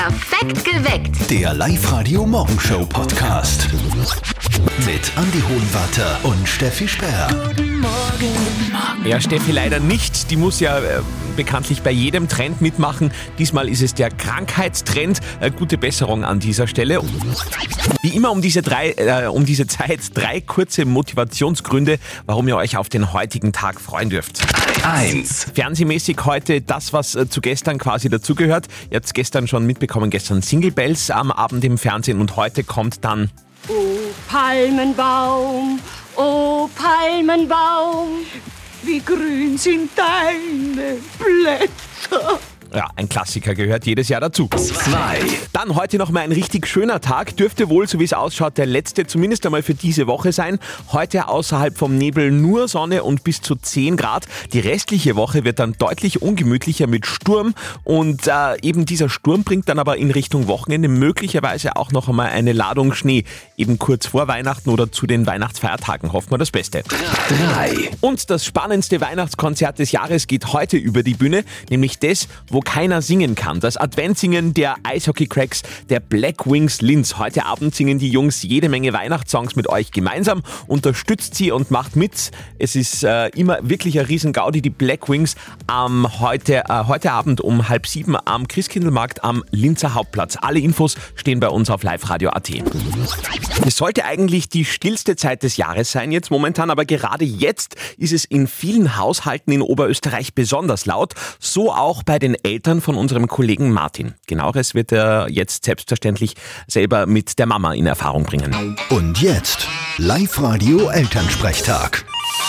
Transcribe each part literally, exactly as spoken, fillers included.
Perfekt geweckt. Der Live-Radio-Morgenshow-Podcast. Mit Andi Hohenwarter und Steffi Speer. Guten Morgen. Ja, Steffi leider nicht. Die muss ja äh, bekanntlich bei jedem Trend mitmachen. Diesmal ist es der Krankheitstrend. Äh, gute Besserung an dieser Stelle. Wie immer um diese, drei, äh, um diese Zeit drei kurze Motivationsgründe, warum ihr euch auf den heutigen Tag freuen dürft. eins. Fernsehmäßig heute das, was äh, zu gestern quasi dazugehört. Ihr habt es gestern schon mitbekommen, gestern Single Bells am Abend im Fernsehen und heute kommt dann... Oh Palmenbaum, oh Palmenbaum, wie grün sind deine Blätter. Ja, ein Klassiker gehört jedes Jahr dazu. zwei. Dann heute noch mal ein richtig schöner Tag. Dürfte wohl, so wie es ausschaut, der letzte zumindest einmal für diese Woche sein. Heute außerhalb vom Nebel nur Sonne und bis zu zehn Grad. Die restliche Woche wird dann deutlich ungemütlicher mit Sturm. Und äh, eben dieser Sturm bringt dann aber in Richtung Wochenende möglicherweise auch noch einmal eine Ladung Schnee. Eben kurz vor Weihnachten oder zu den Weihnachtsfeiertagen. Hoffen wir das Beste. drei. Und das spannendste Weihnachtskonzert des Jahres geht heute über die Bühne. Nämlich das, wo keiner singen kann. Das Adventssingen der Eishockey-Cracks, der Black Wings Linz. Heute Abend singen die Jungs jede Menge Weihnachtssongs mit euch gemeinsam. Unterstützt sie und macht mit. Es ist äh, immer wirklich ein Riesengaudi. Die Black Wings ähm, heute, äh, heute Abend um halb sieben am Christkindlmarkt am Linzer Hauptplatz. Alle Infos stehen bei uns auf live radio punkt a t. Es sollte eigentlich die stillste Zeit des Jahres sein jetzt momentan, aber gerade jetzt ist es in vielen Haushalten in Oberösterreich besonders laut. So auch bei den Eltern von unserem Kollegen Martin. Genaueres wird er jetzt selbstverständlich selber mit der Mama in Erfahrung bringen. Und jetzt Live-Radio Elternsprechtag.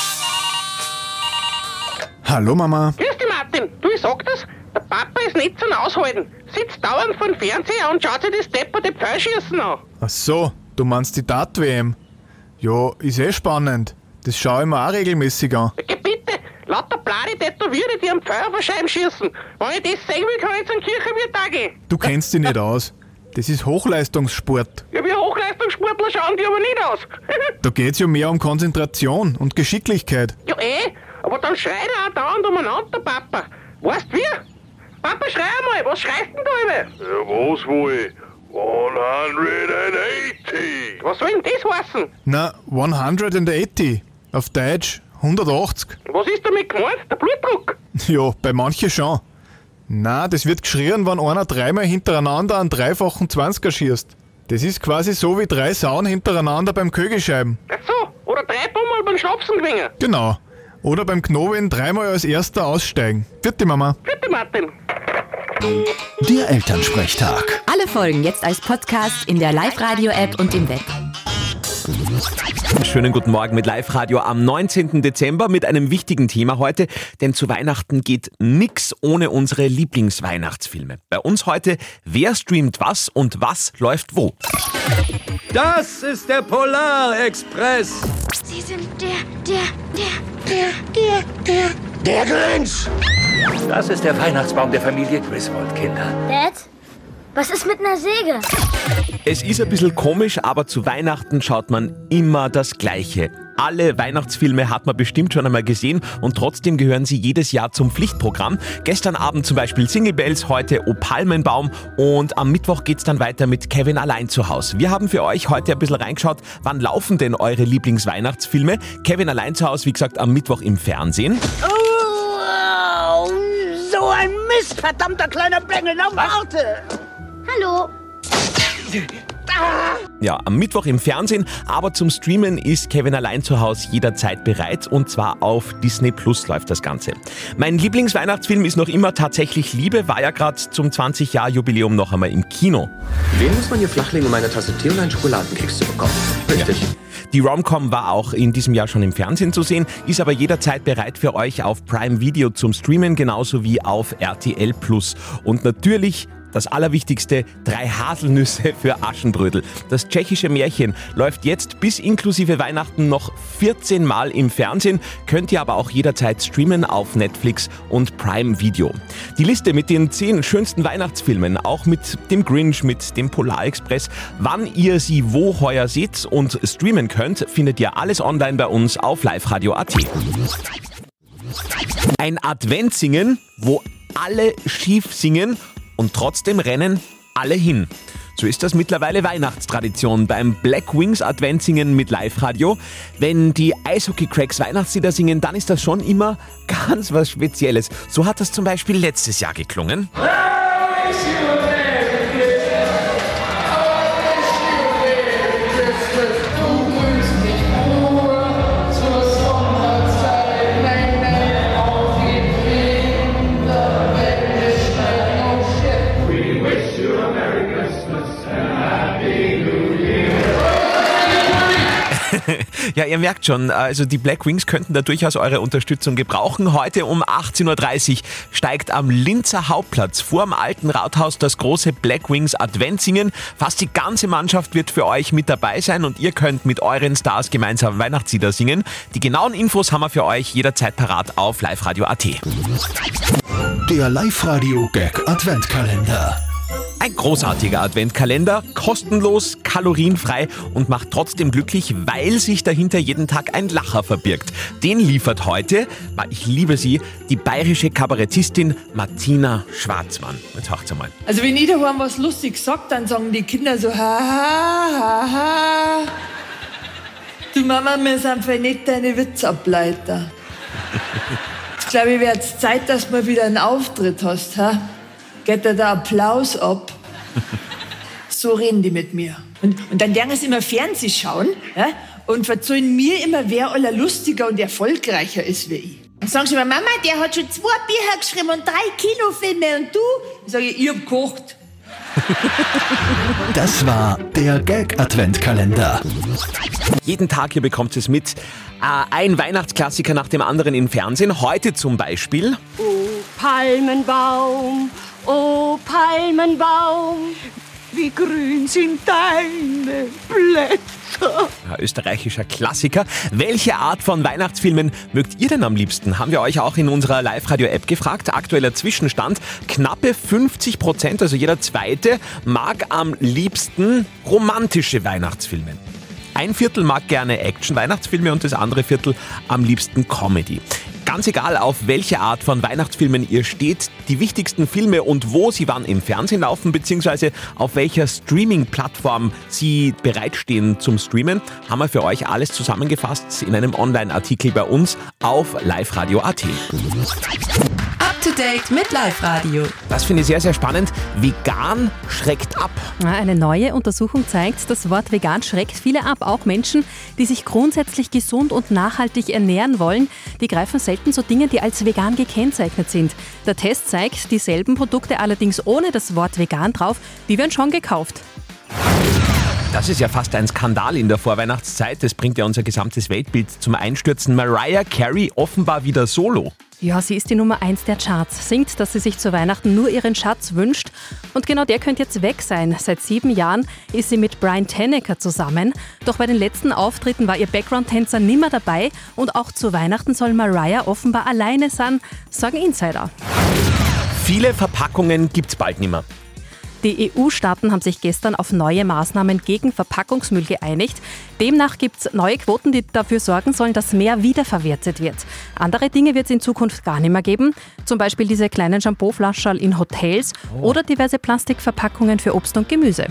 Hallo Mama. Grüß dich, Martin. Du, ich sag das, der Papa ist nicht zum Aushalten. Sitzt dauernd vor dem Fernseher und schaut sich das depperte Pfeilschießen an. Ach so, du meinst die Dart-W M? Ja, ist eh spannend. Das schaue ich mir auch regelmäßig an. Ja, geh bitte, lauter Blade Tätowierte, die am Pfeil auf den Scheiben schießen. Wenn ich das sehen will, kann ich zum Kirchenwirt auch gehen. Du kennst dich nicht aus. Das ist Hochleistungssport. Ja, wie Hochleistungssportler schauen die aber nicht aus. Da geht's ja mehr um Konzentration und Geschicklichkeit. Ja, eh, aber dann schreit er auch dauernd umeinander, der Papa. Weißt du wie? Papa, schrei einmal, was schreist denn du immer? Ja, was wohl? hundertachtzig. Was soll denn das heißen? Na, hundertachtzig. Auf Deutsch hundertachtzig. Was ist damit gemeint? Der Blutdruck? Ja, bei manchen schon. Na, das wird geschrien, wenn einer dreimal hintereinander einen dreifachen zwanziger schießt. Das ist quasi so wie drei Sauen hintereinander beim Kögelscheiben. Ach so, oder drei Bummel beim Schnapsen gewinnen. Genau. Oder beim Knobeln dreimal als erster aussteigen. Vierte Mama. Bitte, Martin. Der Elternsprechtag. Alle Folgen jetzt als Podcast in der Live-Radio-App und im Web. Schönen guten Morgen mit Live-Radio am neunzehnten Dezember mit einem wichtigen Thema heute, denn zu Weihnachten geht nix ohne unsere Lieblingsweihnachtsfilme. Bei uns heute, wer streamt was und was läuft wo? Das ist der Polarexpress. Sie sind der, der, der, der, der, der, der Grinch. Das ist der Weihnachtsbaum der Familie Griswold, Kinder. Dad, was ist mit einer Säge? Es ist ein bisschen komisch, aber zu Weihnachten schaut man immer das Gleiche. Alle Weihnachtsfilme hat man bestimmt schon einmal gesehen und trotzdem gehören sie jedes Jahr zum Pflichtprogramm. Gestern Abend zum Beispiel Single Bells, heute O Palmenbaum und am Mittwoch geht's dann weiter mit Kevin allein zu Hause. Wir haben für euch heute ein bisschen reingeschaut, wann laufen denn eure Lieblingsweihnachtsfilme? Kevin allein zu Hause, wie gesagt, am Mittwoch im Fernsehen. Oh, so ein Mist, verdammter kleiner Bengel, na warte. Hallo. Ja, am Mittwoch im Fernsehen, aber zum Streamen ist Kevin allein zu Hause jederzeit bereit und zwar auf Disney Plus läuft das Ganze. Mein Lieblingsweihnachtsfilm ist noch immer Tatsächlich Liebe, war ja gerade zum zwanzig Jahr Jubiläum noch einmal im Kino. Wen muss man hier flachlegen, um eine Tasse Tee und einen Schokoladenkeks zu bekommen? Richtig. Ja. Die Rom-Com war auch in diesem Jahr schon im Fernsehen zu sehen, ist aber jederzeit bereit für euch auf Prime Video zum Streamen, genauso wie auf R T L Plus. Und natürlich das Allerwichtigste, drei Haselnüsse für Aschenbrödel. Das tschechische Märchen läuft jetzt bis inklusive Weihnachten noch vierzehn Mal im Fernsehen, könnt ihr aber auch jederzeit streamen auf Netflix und Prime Video. Die Liste mit den zehn schönsten Weihnachtsfilmen, auch mit dem Grinch, mit dem Polarexpress, wann ihr sie wo heuer seht und streamen könnt, findet ihr alles online bei uns auf live radio punkt a t. Ein Adventssingen, wo alle schief singen und trotzdem rennen alle hin. So ist das mittlerweile Weihnachtstradition beim Black Wings Adventsingen mit Live-Radio. Wenn die Eishockey-Cracks Weihnachtslieder singen, dann ist das schon immer ganz was Spezielles. So hat das zum Beispiel letztes Jahr geklungen. Ja, ihr merkt schon, also die Black Wings könnten da durchaus eure Unterstützung gebrauchen. Heute um achtzehn Uhr dreißig steigt am Linzer Hauptplatz vor dem alten Rathaus das große Black Wings Adventsingen. Fast die ganze Mannschaft wird für euch mit dabei sein und ihr könnt mit euren Stars gemeinsam Weihnachtslieder singen. Die genauen Infos haben wir für euch jederzeit parat auf liveradio punkt at. Der Live-Radio-Gag Adventkalender. Ein großartiger Adventkalender, kostenlos, kalorienfrei und macht trotzdem glücklich, weil sich dahinter jeden Tag ein Lacher verbirgt. Den liefert heute, ich liebe sie, die bayerische Kabarettistin Martina Schwarzmann. Jetzt hört's einmal. Also wenn ich daheim was lustig sagt, dann sagen die Kinder so ha ha ha ha. Du Mama, wir sind für nicht deine Witzableiter. Ich glaube, ich wäre jetzt Zeit, dass du mal wieder einen Auftritt hast, ha? Geht da der Applaus ab? So reden die mit mir. Und, und dann lernen sie immer Fernsehen schauen, ja? Und verzeihen mir immer, wer aller lustiger und erfolgreicher ist wie ich. Dann sagen sie mir, Mama, der hat schon zwei Bücher geschrieben und drei Kinofilme und du? Dann sage ich, ich hab gekocht. Das war der Gag-Adventkalender. Jeden Tag hier bekommt es mit. Äh, ein Weihnachtsklassiker nach dem anderen im Fernsehen. Heute zum Beispiel. Oh, Palmenbaum, oh, Palmenbaum, wie grün sind deine Blätter. Ja, österreichischer Klassiker. Welche Art von Weihnachtsfilmen mögt ihr denn am liebsten? Haben wir euch auch in unserer Live-Radio-App gefragt. Aktueller Zwischenstand. Knappe fünfzig Prozent, also jeder Zweite, mag am liebsten romantische Weihnachtsfilme. Ein Viertel mag gerne Action-Weihnachtsfilme und das andere Viertel am liebsten Comedy. Ganz egal, auf welche Art von Weihnachtsfilmen ihr steht, die wichtigsten Filme und wo sie wann im Fernsehen laufen, beziehungsweise auf welcher Streaming-Plattform sie bereitstehen zum Streamen, haben wir für euch alles zusammengefasst in einem Online-Artikel bei uns auf liveradio punkt at. Up to date mit Live-Radio. Das finde ich sehr, sehr spannend. Vegan schreckt ab. Eine neue Untersuchung zeigt, das Wort vegan schreckt viele ab. Auch Menschen, die sich grundsätzlich gesund und nachhaltig ernähren wollen, die greifen selten zu Dingen, die als vegan gekennzeichnet sind. Der Test zeigt, dieselben Produkte allerdings ohne das Wort vegan drauf, die werden schon gekauft. Das ist ja fast ein Skandal in der Vorweihnachtszeit. Das bringt ja unser gesamtes Weltbild zum Einstürzen. Mariah Carey offenbar wieder solo. Ja, sie ist die Nummer eins der Charts, singt, dass sie sich zu Weihnachten nur ihren Schatz wünscht. Und genau der könnte jetzt weg sein. Seit sieben Jahren ist sie mit Brian Tannecker zusammen. Doch bei den letzten Auftritten war ihr Background-Tänzer nimmer dabei. Und auch zu Weihnachten soll Mariah offenbar alleine sein, sagen Insider. Viele Verpackungen gibt's bald nimmer. Die E U-Staaten haben sich gestern auf neue Maßnahmen gegen Verpackungsmüll geeinigt. Demnach gibt es neue Quoten, die dafür sorgen sollen, dass mehr wiederverwertet wird. Andere Dinge wird es in Zukunft gar nicht mehr geben. Zum Beispiel diese kleinen Shampooflaschen in Hotels oh. oder diverse Plastikverpackungen für Obst und Gemüse.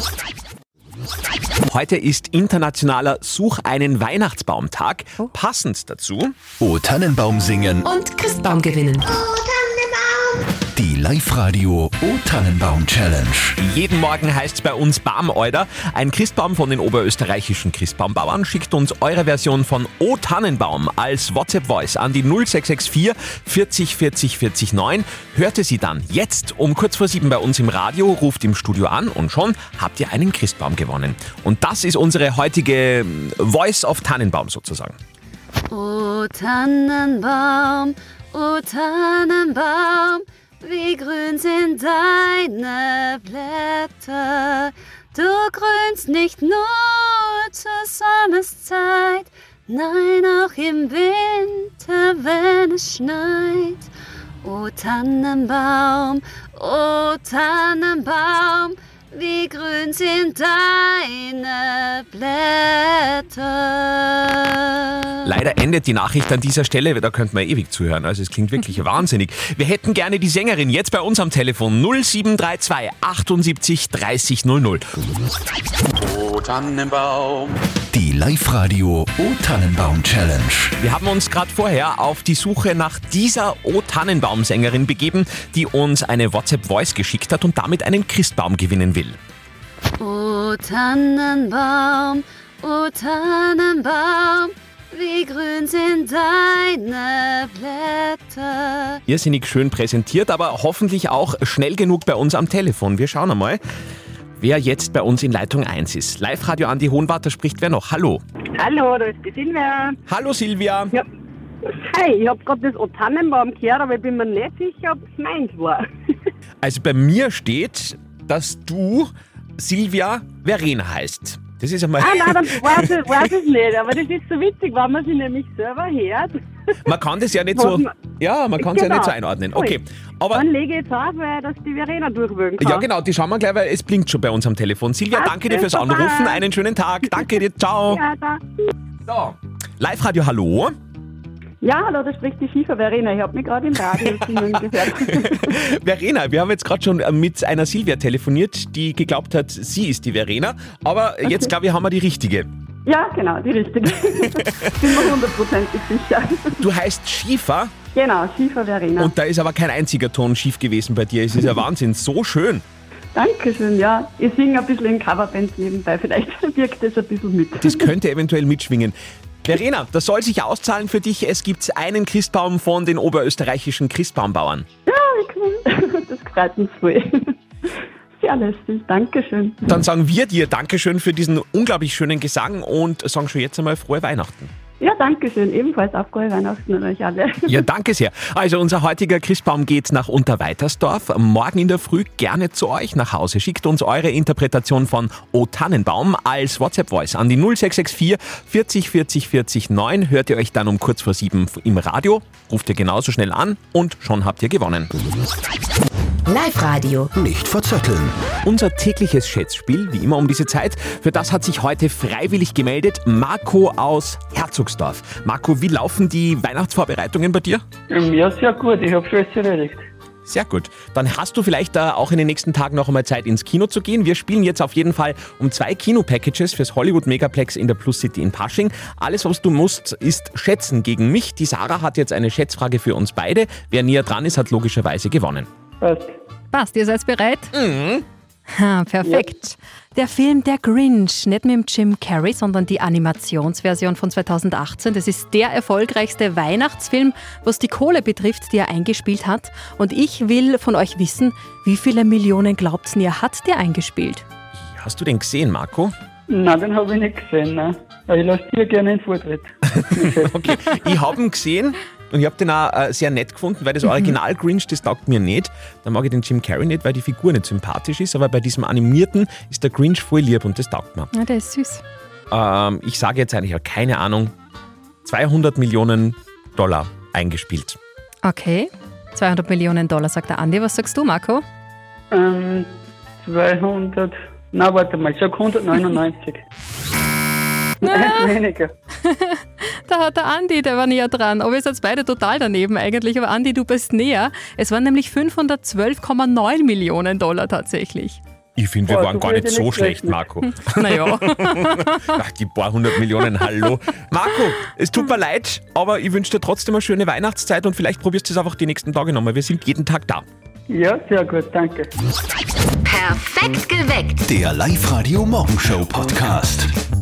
Heute ist internationaler Such einen Weihnachtsbaum-Tag. Oh. Passend dazu O Tannenbaum singen und Christbaum gewinnen. Die Live-Radio O-Tannenbaum-Challenge. Jeden Morgen heißt es bei uns Baumeuder. Ein Christbaum von den oberösterreichischen Christbaumbauern schickt uns eure Version von O Tannenbaum als WhatsApp-Voice an die null sechs sechs vier vierzig vierzig vierzig neun. Hörte sie dann jetzt um kurz vor sieben bei uns im Radio, ruft im Studio an und schon habt ihr einen Christbaum gewonnen. Und das ist unsere heutige Voice of Tannenbaum sozusagen. O Tannenbaum, O Tannenbaum, wie grün sind deine Blätter. Du grünst nicht nur zur Sommerszeit, nein, auch im Winter, wenn es schneit. O Tannenbaum, O Tannenbaum, wie grün sind deine Blätter. Leider endet die Nachricht an dieser Stelle, da könnte man ewig zuhören. Also es klingt wirklich wahnsinnig. Wir hätten gerne die Sängerin jetzt bei uns am Telefon null sieben drei zwei achtundsiebzig dreißig null null. O Tannenbaum. Die Live-Radio O-Tannenbaum-Challenge. Wir haben uns gerade vorher auf die Suche nach dieser O-Tannenbaum-Sängerin begeben, die uns eine WhatsApp-Voice geschickt hat und damit einen Christbaum gewinnen will. O Tannenbaum, o Tannenbaum, wie grün sind deine Blätter. Irrsinnig schön präsentiert, aber hoffentlich auch schnell genug bei uns am Telefon. Wir schauen einmal, wer jetzt bei uns in Leitung eins ist. Live-Radio Andi Hohenwarter spricht wer noch? Hallo. Hallo, da ist die Silvia. Hallo Silvia. Ja. Hi, ich habe gerade das O Tannenbaum gehört, aber ich bin mir nicht sicher, ob es meins war. Also bei mir steht, dass du Silvia Verena heißt. Das ist einmal... Ah nein, dann weiß ich, weiß ich nicht, aber das ist so witzig, wenn man sich nämlich selber hört. Man kann das ja nicht so... Ja, man kann es genau. ja nicht so einordnen. Okay, aber... Dann lege ich jetzt auf, weil dass die Verena durchwühlen kann. Ja genau, die schauen wir gleich, weil es blinkt schon bei uns am Telefon. Silvia, Ach, danke dir fürs vorbei. Anrufen, einen schönen Tag. Danke dir, ciao. Ja, da. So, Live-Radio, hallo. Ja, hallo, da spricht die Schiefer Verena. Ich habe mich gerade im Radio gehört. Verena, wir haben jetzt gerade schon mit einer Silvia telefoniert, die geglaubt hat, sie ist die Verena. Aber okay. Jetzt, glaube ich, haben wir die richtige. Ja, genau, die richtige. Bin mir hundertprozentig sicher. Du heißt Schiefer? Genau, Schiefer Verena. Und da ist aber kein einziger Ton schief gewesen bei dir. Es ist ja Wahnsinn, so schön. Dankeschön, ja. Ich singe ein bisschen in Coverbands nebenbei. Vielleicht wirkt das ein bisschen mit. Das könnte eventuell mitschwingen. Verena, das soll sich auszahlen für dich. Es gibt einen Christbaum von den oberösterreichischen Christbaumbauern. Ja, cool. Das freut uns voll. Sehr lästig, Dankeschön. Dann sagen wir dir Dankeschön für diesen unglaublich schönen Gesang und sagen schon jetzt einmal frohe Weihnachten. Ja, danke schön. Ebenfalls auch frohe Weihnachten an euch alle. Ja, danke sehr. Also unser heutiger Christbaum geht nach Unterweitersdorf. Morgen in der Früh gerne zu euch nach Hause. Schickt uns eure Interpretation von O Tannenbaum als WhatsApp-Voice an die null sechs sechs vier vierzig vierzig vierzig neun. Hört ihr euch dann um kurz vor sieben im Radio, ruft ihr genauso schnell an und schon habt ihr gewonnen. Live-Radio. Nicht verzetteln. Unser tägliches Schätzspiel, wie immer um diese Zeit, für das hat sich heute freiwillig gemeldet Marco aus Herzogsdorf. Marco, wie laufen die Weihnachtsvorbereitungen bei dir? Ja, sehr gut. Ich habe schon alles erledigt. Sehr gut. Dann hast du vielleicht da auch in den nächsten Tagen noch einmal Zeit, ins Kino zu gehen. Wir spielen jetzt auf jeden Fall um zwei Kino-Packages fürs Hollywood Megaplex in der Plus City in Pasching. Alles, was du musst, ist schätzen gegen mich. Die Sarah hat jetzt eine Schätzfrage für uns beide. Wer näher dran ist, hat logischerweise gewonnen. Passt. Passt, ihr seid bereit? Mhm. Ha, perfekt. Ja. Der Film Der Grinch, nicht mit dem Jim Carrey, sondern die Animationsversion von zweitausendachtzehn. Das ist der erfolgreichste Weihnachtsfilm, was die Kohle betrifft, die er eingespielt hat. Und ich will von euch wissen, wie viele Millionen glaubt ihr, hat der eingespielt? Hast du den gesehen, Marco? Nein, den habe ich nicht gesehen. Nein. Aber ich lasse dir gerne den Vortritt. Okay, ich habe ihn gesehen. Und ich habe den auch äh, sehr nett gefunden, weil das Original Grinch, das taugt mir nicht. Da mag ich den Jim Carrey nicht, weil die Figur nicht sympathisch ist. Aber bei diesem Animierten ist der Grinch voll lieb und das taugt mir. Ja, der ist süß. Ähm, ich sage jetzt eigentlich, keine Ahnung, zweihundert Millionen Dollar eingespielt. Okay, zweihundert Millionen Dollar, sagt der Andi. Was sagst du, Marco? Ähm, zweihundert, na warte mal, ich sag hundertneunundneunzig. Nein, weniger. Da hat der Andi, der war näher dran. Aber ihr seid beide total daneben eigentlich. Aber Andi, du bist näher. Es waren nämlich fünfhundertzwölf Komma neun Millionen Dollar tatsächlich. Ich finde, wir Boah, waren gar nicht so schlecht, rechnen. Marco. Naja. Ach, die paar hundert Millionen, hallo. Marco, es tut mir leid, aber ich wünsche dir trotzdem eine schöne Weihnachtszeit und vielleicht probierst du es einfach die nächsten Tage nochmal. Wir sind jeden Tag da. Ja, sehr gut, danke. Perfekt geweckt. Der Live-Radio Morgenshow Podcast.